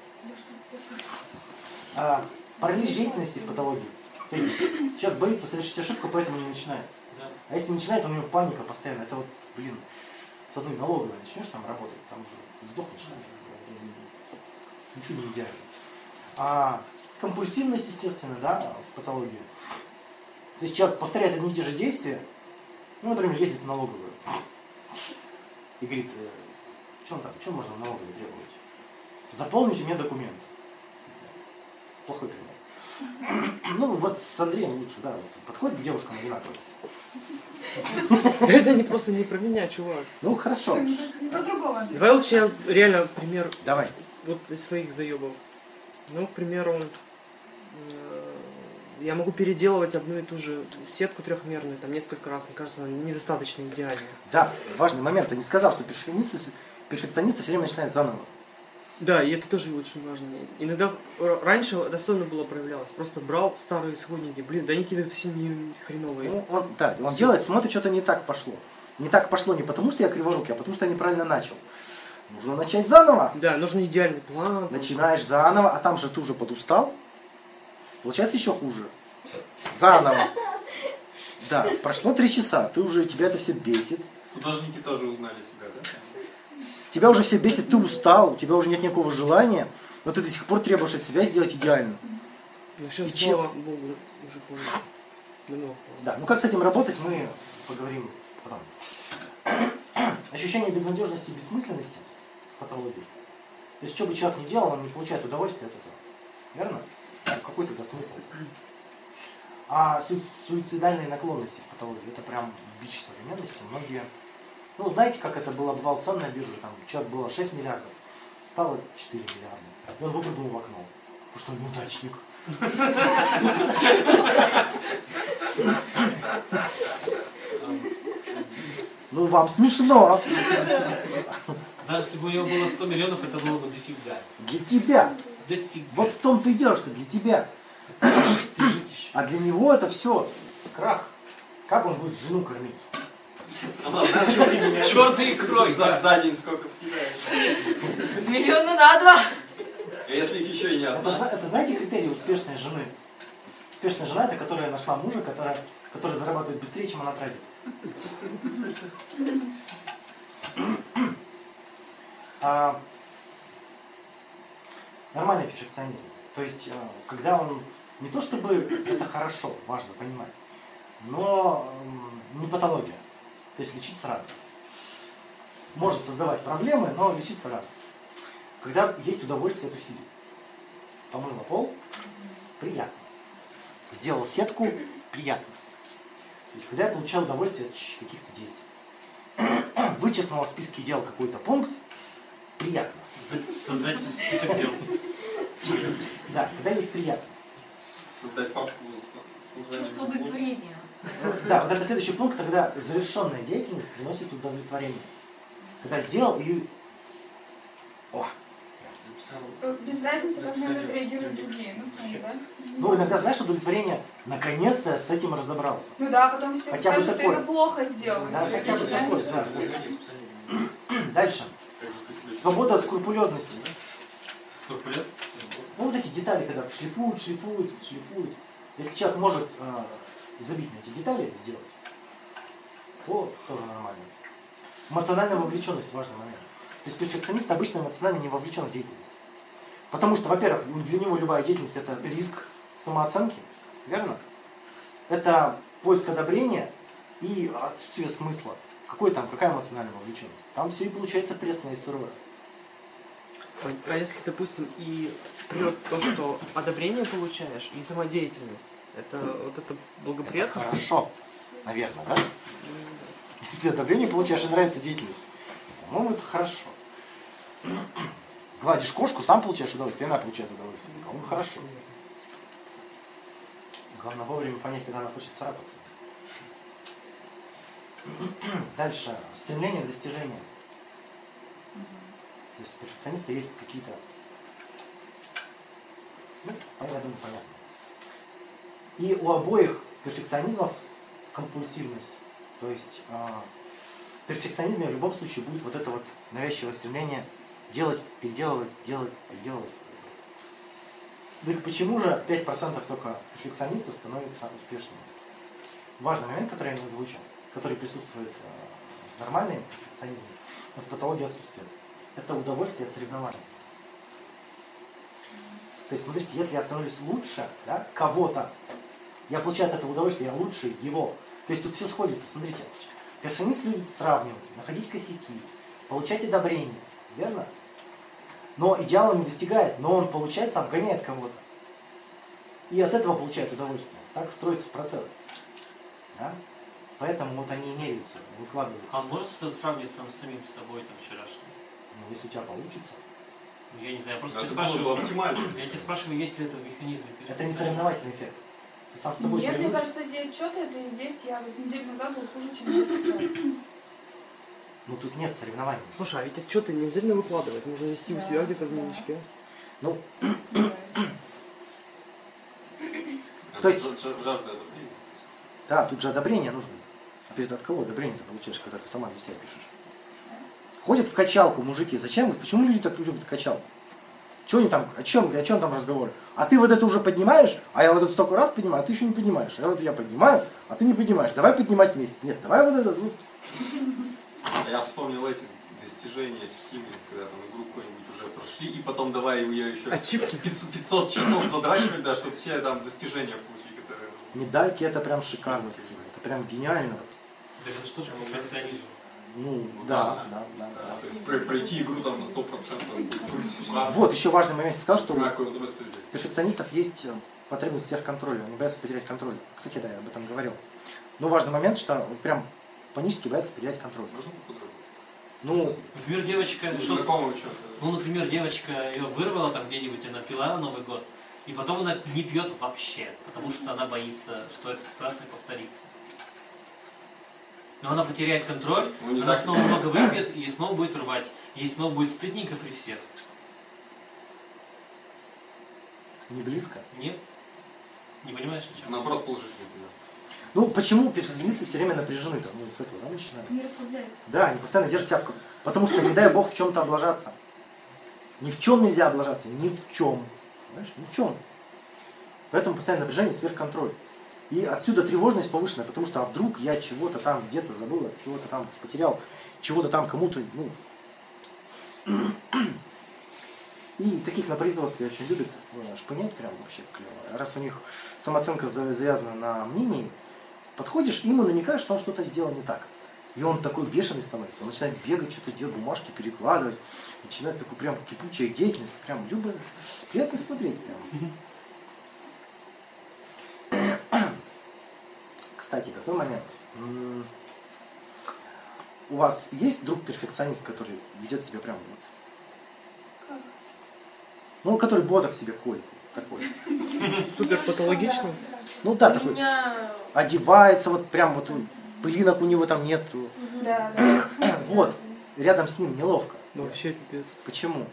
А, паралич деятельности в патологии. То есть человек боится совершить ошибку, поэтому не начинает. Да. А если начинает, у него паника постоянно. Это вот, блин, с одной налоговой начнешь там работать, там уже сдохнешь. Ничего не идеально. А компульсивность, естественно, да, в патологии. То есть человек повторяет одни и те же действия, ну, например, ездит в налоговую и говорит, что он там, что можно в налоговой требовать? Заполните мне документ. Плохой пример. Ну, вот с Андреем лучше, да, вот, подходит к девушкам одинаково. Это не просто не про меня, чувак. Ну, хорошо. Про другого. Давай лучше я реально пример Давай. вот из своих заебов. Ну, к примеру, я могу переделывать одну и ту же сетку трехмерную там несколько раз. Мне кажется, она недостаточно идеальная. Да, важный момент. Ты не сказал, что перфекционисты, перфекционисты все время начинают заново. Да, и это тоже очень важно. Иногда р- раньше это особенно было проявлялось. Просто брал старые исходники, блин, да они какие-то все не хреновые. Ну, он, да, он делает, смотрит, что-то не так пошло. Не так пошло не потому, что я криворукий, а потому, что я неправильно начал. Нужно начать заново. Да, нужен идеальный план. Начинаешь заново, а там же ты уже подустал. Получается еще хуже. Заново. Да, прошло три часа, ты уже, тебя это все бесит. Художники тоже узнали себя, да? Тебя уже все бесит, ты устал, у тебя уже нет никакого желания, но ты до сих пор требуешь от себя сделать идеально. Ну сейчас И слава Богу, уже понял. Давно. Да, ну как с этим работать, мы поговорим потом. Ощущение безнадежности и бессмысленности в патологии. То есть, что бы человек ни делал, он не получает удовольствия от этого. Верно? Ну, какой тогда смысл? А су- суицидальные наклонности в патологии, это прям бич современности. Многие, ну знаете, как это было, бывало цен на бирже, там человек было шесть миллиардов, стало четыре миллиарда. И он выпрыгнул в окно. Потому что он неудачник. Ну вам смешно. Даже если бы у него было сто миллионов, это было бы дофига. Для тебя. Дофига. Вот в том-то и дело, что для тебя. Ты жить еще. А для него это все крах. Как он будет жену кормить? Черный икрой. За, да. за день сколько съедаешь? Миллиона на два. А если их еще и не Это, одна? зна- это знаете критерии успешной жены? Успешная жена это которая нашла мужа, которая, который зарабатывает быстрее, чем она тратит. А, нормальный перфекционизм. То есть, э, когда он не то чтобы это хорошо, важно понимать, но м, не патология. То есть лечиться рано. Может создавать проблемы, но лечиться рано. Когда есть удовольствие от усилий. Помыла пол, приятно. Сделал сетку, приятно. То есть, когда я получал удовольствие от ч- каких-то действий. Вычеркнул в списке дел какой-то пункт, приятно. Создать список дел. Да, когда есть приятно. Создать папку с, с названием. Чувство удовлетворения. Да, вот это следующий пункт, когда завершенная деятельность приносит удовлетворение. Когда сделал и... О, Записал. Без разницы, как на это реагируют другие. Ну, в плане, да? ну, иногда, знаешь, удовлетворение, наконец-то я с этим разобрался. Ну да, потом все Хотя бы скажут, что ты такое. это плохо сделал. Да, хотя бы Начинается. такое, да. Дальше. Как бы ты слышал. Свобода от скрупулезности. Сколько лет? Ну, вот эти детали, когда шлифуют, шлифуют, шлифуют. Если человек может э, забить на эти детали, сделать, то тоже нормально. Эмоциональная вовлеченность важный момент. То есть перфекционист обычно эмоционально не вовлечен в деятельность. Потому что, во-первых, для него любая деятельность это риск самооценки, верно? Это поиск одобрения и отсутствие смысла. Какой там, какая эмоциональная вовлеченность? Там все и получается пресное и сырое. А если, допустим, и прет то, что одобрение получаешь, и самодеятельность, это вот это Это благоприятно? хорошо, наверное, да? Если одобрение получаешь и нравится деятельность, по-моему, это хорошо. Гладишь кошку, сам получаешь удовольствие, и она получает удовольствие. По-моему, хорошо. Главное вовремя понять, когда она хочет царапаться. Дальше. Стремление к достижению. То есть у перфекциониста есть какие-то... Ну, я думаю, понятно. И у обоих перфекционизмов компульсивность. То есть э, в перфекционизме в любом случае будет вот это вот навязчивое стремление делать, переделывать, делать, переделывать. Так почему же пять процентов только перфекционистов становятся успешными? Важный момент, который я не озвучил, который присутствует э, в нормальном перфекционизме, но в патологии отсутствует. Это удовольствие от соревнований. То есть, смотрите, если я становлюсь лучше, да, кого-то, я получаю от этого удовольствие, я лучше его. То есть тут все сходится, смотрите. Перфекционист любит сравнивать, находить косяки, получать одобрение, верно? Но идеала он не достигает, но он получает, сам гоняет кого-то. И от этого получает удовольствие. Так строится процесс. Да? Поэтому вот они и меряются, выкладываются. А он может сравнивать сам с самим собой там вчерашним? Ну, если у тебя получится. Ну, я не знаю, я просто Это тебя было бы спрашиваю. оптимально. Я тебя спрашиваю, есть ли это в механизме? Это не соревновательный эффект. Ты сам с собой Нет, мне соревнуешься. кажется, эти отчеты это и есть. Я вот неделю назад был хуже, чем я сейчас. Ну тут нет соревнований. Слушай, а ведь отчеты не обязательно выкладывать, можно вести у себя где-то в дневничке. Ну, то есть, Жажда одобрения. да, тут же одобрение нужно. А перед от кого одобрение ты получаешь, когда ты сама для себя пишешь? Ходят в качалку мужики. Зачем? Почему люди так любят качалку? Чего они там, о чем, о чем там разговор? А ты вот это уже поднимаешь, а я вот это столько раз поднимаю, а ты еще не поднимаешь. А вот я поднимаю, а ты не поднимаешь. Давай поднимать вместе. Нет, давай вот это. Вот. Я вспомнил эти достижения в стиме, когда там игру какую-нибудь уже прошли, и потом давай ее еще Ачивки. пятьсот часов задрачивать, да, чтобы все там достижения получили, которые... Медальки это прям шикарно в стиле. Это прям гениально. Да это что же перфекционизм? Ну, Ну, да, да. да, да, Да, да. то есть про- пройти игру там на сто процентов. Вот, еще важный момент. Сказал, что у Какое удовольствие здесь. перфекционистов есть потребность сверхконтроля. Они боятся потерять контроль. Кстати, да, я об этом говорил. Но важный момент, что вот прям панически боятся потерять контроль. Можно по-другому? Ну, Например, девочка, что- Знакомого что-то. ну, например, девочка ее вырвала там где-нибудь, она пила на Новый год, и потом она не пьет вообще, потому что она боится, что эта ситуация повторится. Но она потеряет контроль, Ну, не она так. снова много выпьет, и снова будет рвать. Ей снова будет стыдненько при всех. не близко. Нет? Не понимаешь, о чем? Наоборот, положительный принес. Ну, почему перфекционисты все время напряжены? Там, ну, с этого, да, начинаем? Не расслабляется. Да, они постоянно держат себя в... кон- Потому что, не дай бог, в чем-то облажаться. Ни в чем нельзя облажаться. Ни в чем. Понимаешь? Ни в чем. Поэтому постоянное напряжение, сверхконтроль. И отсюда тревожность повышенная, потому что а вдруг я чего-то там где-то забыл, чего-то там потерял, чего-то там кому-то, ну... И таких на производстве очень любят ну, шпынять прям вообще клево. Раз у них самооценка за- завязана на мнении, подходишь, ему намекаешь, что он что-то сделал не так. И он такой бешеный становится, он начинает бегать, что-то делать, бумажки перекладывать, начинает такую прям кипучая деятельность, прям любо, приятно смотреть прям. Кстати, такой момент. М, У вас есть друг-перфекционист, который ведет себя прям вот, Как? ну, который боток себе колет, такой. Супер патологично. Ну да, У такой, меня... одевается, вот прям вот, он- пылинок у него там нету. Да, да. Вот, рядом с ним неловко. Ну, вообще пипец. Почему?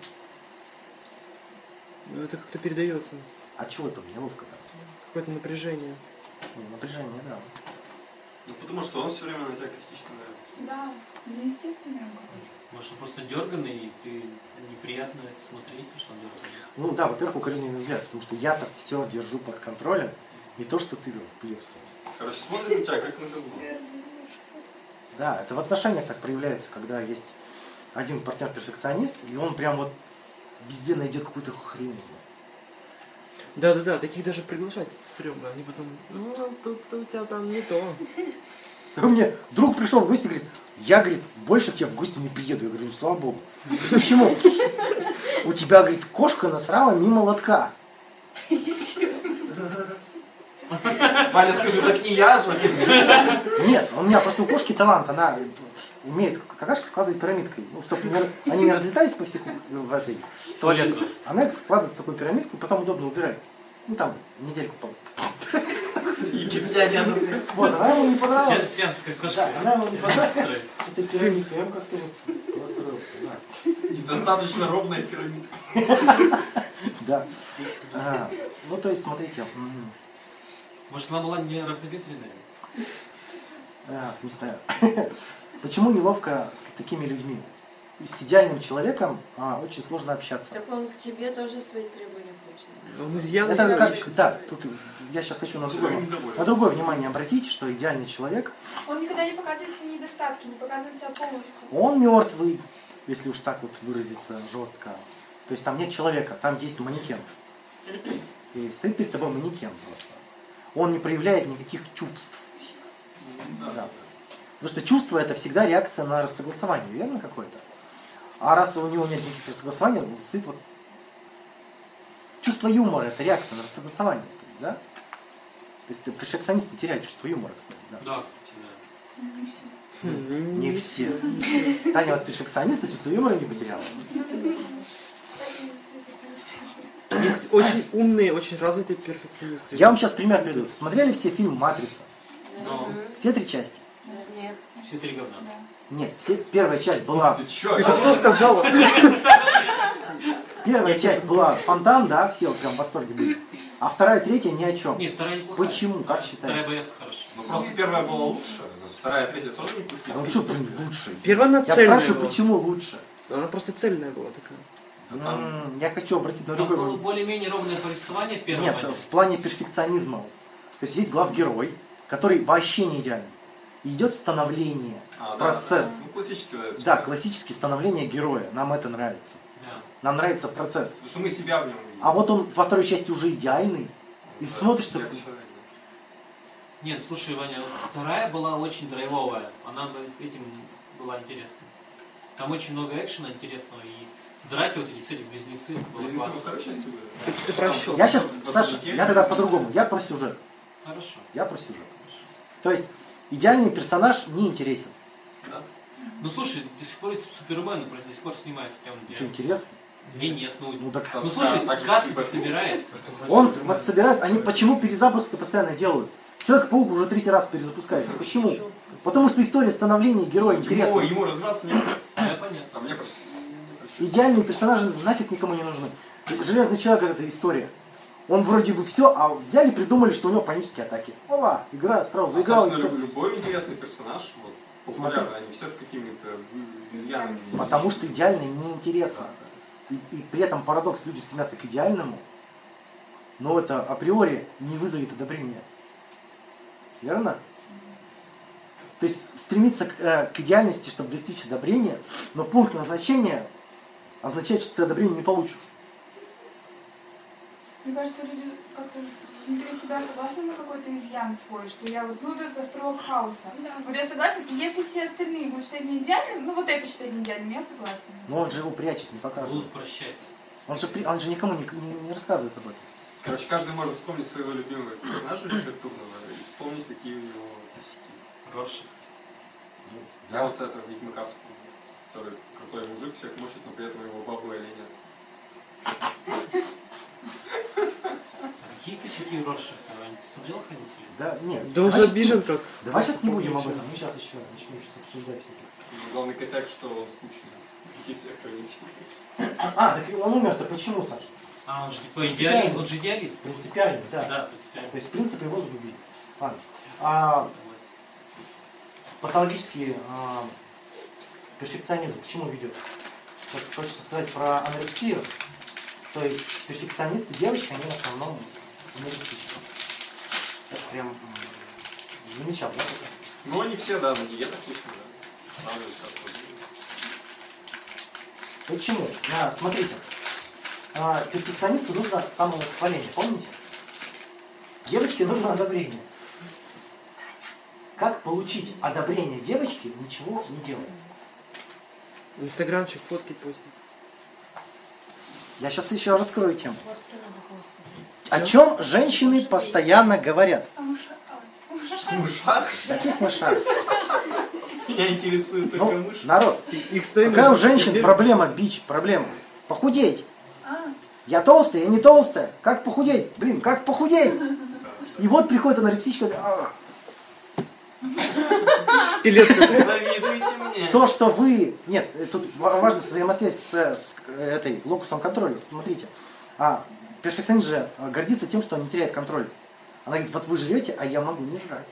Ну, это как-то передается. А чего там неловко-то? Какое-то напряжение. Ну, напряжение, да. Ну, потому что он все время на тебя критично нравится. Да, неестественно какой-то. Может, он просто дерганный, и ты неприятно это смотреть, что он дерганный. Ну да, во-первых, укоризненный взгляд, потому что я-то все держу под контролем, не то, что ты плепсу. Короче, смотрит на тебя, как на говно. Да, это в отношениях так проявляется, когда есть один партнер-перфекционист, и он прям вот везде найдет какую-то хрень. Да-да-да, таких даже приглашать стрёмно. Они потом, ну, тут у тебя там не то. Ко мне друг пришел в гости и говорит, я, говорит, больше к тебе в гости не приеду. Я говорю, ну, слава богу. Почему? У тебя, говорит, кошка насрала мимо лотка. Ваня, скажи, так не я же. Нет, у меня просто у кошки талант, она умеет какашки складывать пирамидкой. Ну, чтобы они не разлетались по всей кухне в этой Туалет. Она их складывает в такую пирамидку, и потом удобно убирает. Ну там, недельку по. Египтяне. Вот, она ему не понравилась. Сиамская Да, кошка. она ему не понравилась. Этой пирамидкой, я как-то вот настроился, да. Недостаточно ровная пирамида. Да. А, ну, то есть, смотрите. м, Может, она была не равноветренная? а, не знаю. Почему неловко с такими людьми? И с идеальным человеком а, очень сложно общаться. Так он к тебе тоже свои требования хочет. Он изъян. Это как, личности. да, тут я сейчас хочу на другое, на другое внимание обратить, что идеальный человек, Он никогда не показывает свои недостатки, не показывает себя полностью. он мертвый, если уж так вот выразиться жестко. То есть там нет человека, там есть манекен. И стоит перед тобой манекен просто. Он не проявляет никаких чувств. Да. Потому что чувство это всегда реакция на рассогласование, верно какое-то? А раз у него нет никаких рассогласований, он стоит вот... Чувство юмора это реакция на рассогласование, да? То есть перфекционисты теряют чувство юмора, кстати. Да? Да, кстати, да. Не все. Хм, Не все. Таня вот перфекциониста чувство юмора не потеряла. Есть очень умные, очень развитые перфекционисты. Я вам сейчас пример приведу. Смотрели все фильм «Матрица»? Но Все три части? Нет. Нет. Все три говна. Да. Нет, все, первая часть была... Ты чё? Это кто сказал? Первая часть была фонтан, да, все вот прям в восторге были. А вторая, третья ни о чем. Не, вторая неплохая. Почему? Как Вторая считаете? боевка хорошая. Ну просто первая была лучше, но вторая, третья тоже не плохие. Ну что, блин, лучше? Первоначальная Я спрашиваю, была. почему лучше? Она просто цельная была такая. Да там- М, Я хочу обратить на Там было другой... более-менее ровное повествование в первом Нет, войне. в плане перфекционизма. То есть есть главгерой, который вообще не идеален. И идет становление, А, да, процесс. да. Ну, классический, да, это Да, всё. классическое становление героя. Нам это нравится. Да. Нам нравится процесс. Потому что мы себя в нем видим. А вот он во второй части уже идеальный. И Да, смотришь, что... я человек, да. Нет, слушай, Ваня, вот вторая была очень драйвовая. Она бы этим была интересна. Там очень много экшена интересного и драки вот эти с этих близнецы. Это было Близнецы во классно. второй части были? Ты, ты про что? Я сейчас, Просто Саша, посадники. я тогда по-другому. Я про сюжет. Хорошо. Я про сюжет. То есть идеальный персонаж не интересен. Да? Ну слушай, до сих пор эти Супермены до сих пор снимают. Хотя он Что, идеальный. интересно? Мне нет, ну, Ну так... ну слушай, так же кассы типа- собирает. Он с- вот собирает... Они почему перезапуск-то постоянно делают? Человек-паук уже третий раз перезапускается. Почему? Потому что история становления героя Ему, интересна. ему развиваться не Да, понятно. А мне просто... Идеальные персонажи нафиг никому не нужны. Железный человек это история. Он вроде бы все, а взяли, придумали, что у него панические атаки. Ова, игра сразу А, заиграла. собственно, любой интересный персонаж, вот, Смотри. популярный, они все с какими-то изъянами. Потому что идеально неинтересно. Да, И, и при этом парадокс, люди стремятся к идеальному, но это априори не вызовет одобрения. Верно? То есть стремиться к, э, к идеальности, чтобы достичь одобрения, но пункт назначения означает, что ты одобрение не получишь. Мне кажется, люди как-то внутри себя согласны на какой-то изъян свой, что я вот, ну вот этот островок хаоса. Вот я согласна, и если все остальные будут считать меня идеальным, ну вот это считать не идеальным, я согласна. Но он же его прячет, не показывает. Будут прощать. Он же, при- он же никому не, не- не рассказывает об этом. Короче, каждый может вспомнить своего любимого персонажа литературного и вспомнить, какие у него косяки. Роршах. Я вот это Ведьмака вспомнил, который крутой мужик, всех мучит, но при этом его бабы или нет. А какие косяки у Роршаха? Ты смотрел «Хранителей»? Да, нет. Да уже давай щас- обижен как. Давай сейчас не будем об Помню, этом. Мы сейчас еще начнем сейчас обсуждать всякие. Главный косяк, что он скучный. И всех хранителей. А, так он умер-то почему, Саша? А, он же типа Принципиально. идеалист, он же идеалист. Принципиально, да. Да, принципиально. То есть принцип его сгубили. Ладно. А, патологический а, перфекционизм к чему ведет? Сейчас хочется сказать про анорексию. То есть перфекционисты, девочки, они в основном анорексички. Это прям м, замечал, да? такое? Ну, они все, да, на диетах есть, да. Ставляются от Почему? А, смотрите. А, перфекционисту нужно самовосхваление, помните? Девочке нужно одобрение. Как получить одобрение девочки, ничего не делая? Инстаграмчик, фотки постить. Я сейчас еще раскрою тему. О чем женщины постоянно говорят? А муша... а, муша- Мышах? Каких мышах? Меня интересует только Ну, мышь. народ, Их стоимость... какая у женщин проблема, бич, проблема? Похудеть. А, Я толстая, я не толстая. Как похудеть? Блин, как похудеть? И вот приходит анорексичка, говорит, «А, Скелет такой. Завидуйте мне. то, что вы... Нет, э, тут ва- важна взаимосвязь с, с э, этой локусом контроля. Смотрите. А, перфекционист же а, гордится тем, что он не теряет контроль. Она говорит, вот вы жрете, а я могу не жрать.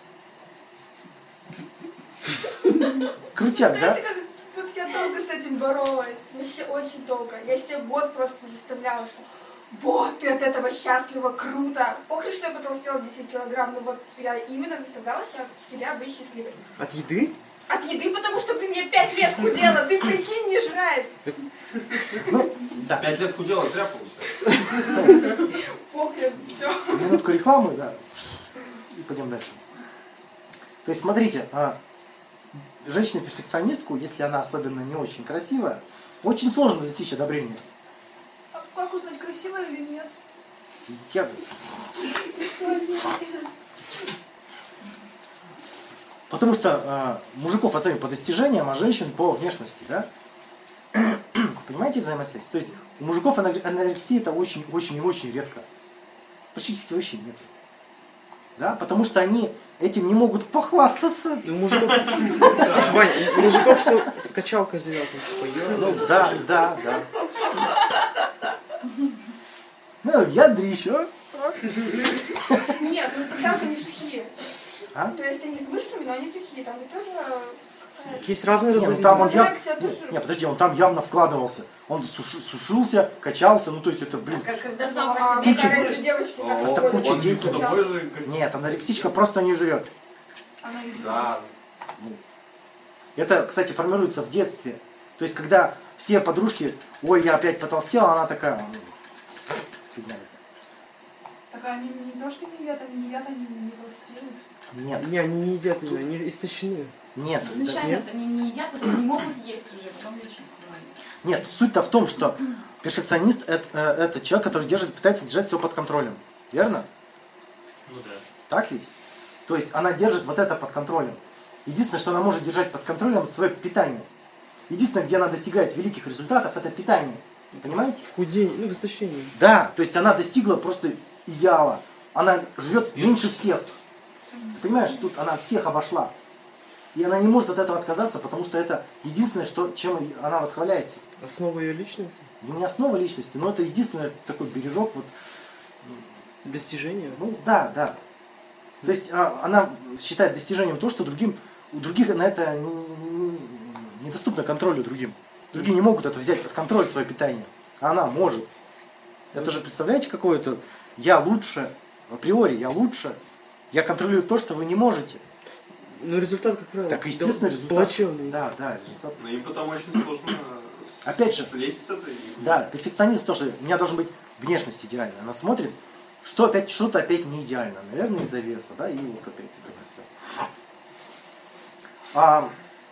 Крутяк, да? Знаете, как вот я долго с этим боролась, вообще очень долго. Я себе год просто заставляла, что вот, ты от этого счастлива, круто. Похрен, что я потолстела десять килограмм, но вот я именно заставляла себя, себя быть счастливой. От еды? От еды, потому что ты мне пять лет худела, ты прикинь, не жрать. Ну, да. Пять лет худела, зря получается. Похрен, все. Минутку рекламы, да. И пойдем дальше. То есть, смотрите, а, женщину-перфекционистку, если она особенно не очень красивая, очень сложно достичь одобрения. А как узнать, красиво или нет? Я- Потому что а, мужиков оценивают по достижениям, а женщин по внешности, да? Понимаете взаимосвязь? То есть у мужиков анор- анорексия это очень, очень и очень редко. Практически вообще нет. Да? Потому что они этим не могут похвастаться. У мужиков, слушай, Вань, у мужиков все с качалкой завязано. Типа, я... Ну, да, да, да. Ну, я дрищ, а? Нет, ну тогда же не сухие. А? То есть они с мышцами, но они сухие. Там ведь тоже... Есть разные Не, ну там он разновидности. я... не, не, подожди, он там явно вкладывался. Он суши- сушился, качался, ну то есть это, блин, Как когда сам по А, себе мне кажется, кайфуешь. девочки так О, это ходят. куча он деятельности. такой же, говорит, нет, анорексичка просто не жрет. Она и Да. Это, кстати, формируется в детстве. То есть, когда все подружки, ой, я опять потолстела, она такая, ну, фигня. Так они не то, что не едят, они едят, они не толстеют. Нет, Не, они не едят ее, они истощены. нет, да, Изначально нет? они не едят, потом не могут есть уже, потом лечиться надо. нет. Суть-то в том, что перфекционист это, э, это человек, который держит, пытается держать все под контролем. Верно? Ну да. Так ведь? То есть она держит вот это под контролем. Единственное, что она может держать под контролем, это свое питание. Единственное, где она достигает великих результатов, это питание. Понимаете? В худении, ну в истощении. Да, то есть она достигла просто идеала. Она живет меньше всех. Понимаешь, тут она всех обошла. И она не может от этого отказаться, потому что это единственное, что, чем она восхваляется. Основа ее личности. Ну, не основа личности, но это единственный такой бережок. Вот, Достижение. ну да, да. То есть а, она считает достижением то, что другим, у других на это не- не- недоступно контролю другим. Другие не могут это взять под контроль свое питание. А она может. Это же, представляете, какое-то я лучше, априори я лучше, я контролирую то, что вы не можете. Ну результат, как правило, Так, естественно, да, результат. плачевный. Да, да, результат. Но им потом очень сложно с- Опять же, слезть с этой. Да, перфекционизм тоже. У меня должен быть внешность идеальная. Она смотрит, что опять что-то опять не идеально. Наверное, из-за веса, да, и вот опять это всё. А,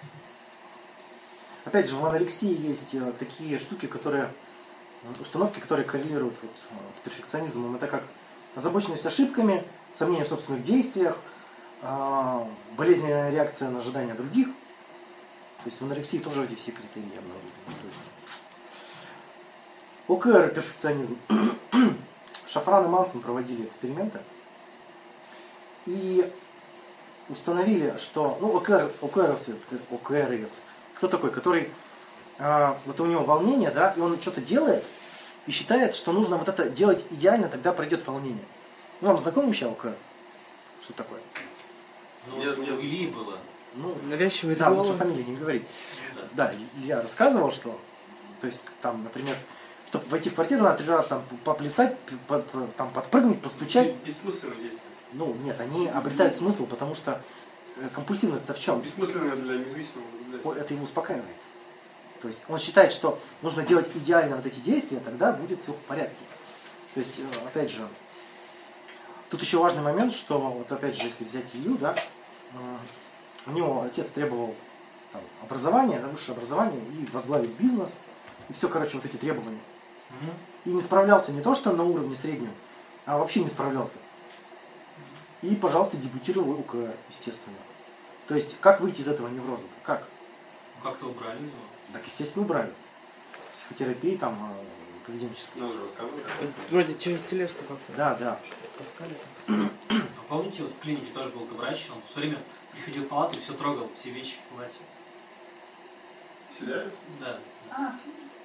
опять же, в анорексии есть э, такие штуки, которые, э, установки, которые коррелируют вот, э, с перфекционизмом. Это как озабоченность ошибками, сомнения в собственных действиях, э, болезненная реакция на ожидания других. То есть в анорексии тоже эти все критерии обнаружены. То есть ОКР и перфекционизм. Шафран и Мансон проводили эксперименты и установили, что ну, ОКР, ОКРовцы, ОКРовец, кто такой, который а, вот у него волнение, да, и он что-то делает и считает, что нужно вот это делать идеально, тогда пройдет волнение. Ну, вам знаком вообще ОКР? Что такое? Ну, Я- у я- Ильи было. Ну, Навязчивый да, ритуал. лучше фамилии не говорить. Ну да. Да, я рассказывал, что, то есть, там, например, чтобы войти в квартиру, надо три раза там поплясать, по- по- там, подпрыгнуть, постучать. Бессмысленные действия. Ну, нет, они обретают смысл, потому что э, компульсивность это в чем? Бессмысленные для независимого наблюдателя. Это его успокаивает. То есть он считает, что нужно делать идеально вот эти действия, тогда будет все в порядке. То есть, э, опять же, тут еще важный момент, что, вот опять же, если взять Илью, да, э, у него отец требовал там, образования, да, высшее образование, и возглавить бизнес, и все, короче, вот эти требования. Мгм. И не справлялся не то, что на уровне среднем, а вообще не справлялся. И, пожалуйста, дебютировал в УК, естественно. То есть, как выйти из этого невроза? Как? Как-то убрали его. Так, естественно, убрали. Психотерапии, там, э, поведенческой. Надо же рассказывать. Вроде через тележку как-то. Да, да. Таскали. А помните, вот в клинике тоже был врач, он все время приходил в палату и все трогал, все вещи в палате. Селяют? Да, А,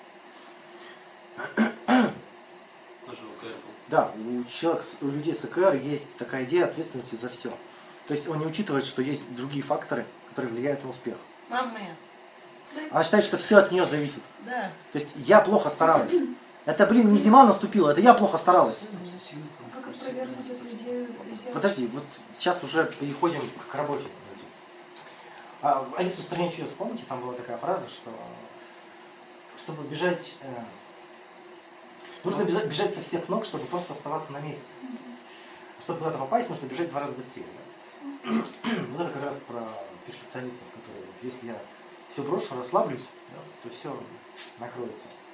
тоже ОКР был. Да, у, человек, с- у людей с ЭКР есть такая идея ответственности за все. То есть он не учитывает, что есть другие факторы, которые влияют на успех. Мама моя. Она считает, что все от нее зависит. Да. То есть я плохо старалась. Это, блин, не зима наступила, это я плохо старалась. как опровергнуть эту идею? Если- Подожди, вот сейчас уже переходим к работе. А, Алису Страничью, помните, там была такая фраза, что чтобы бежать, э, нужно бежать, бежать со всех ног, чтобы просто оставаться на месте. Чтобы куда-то попасть, нужно бежать в два раза быстрее. Да? Вот это как раз про перфекционистов, которые, вот, если я все брошу, расслаблюсь, да, то все накроется.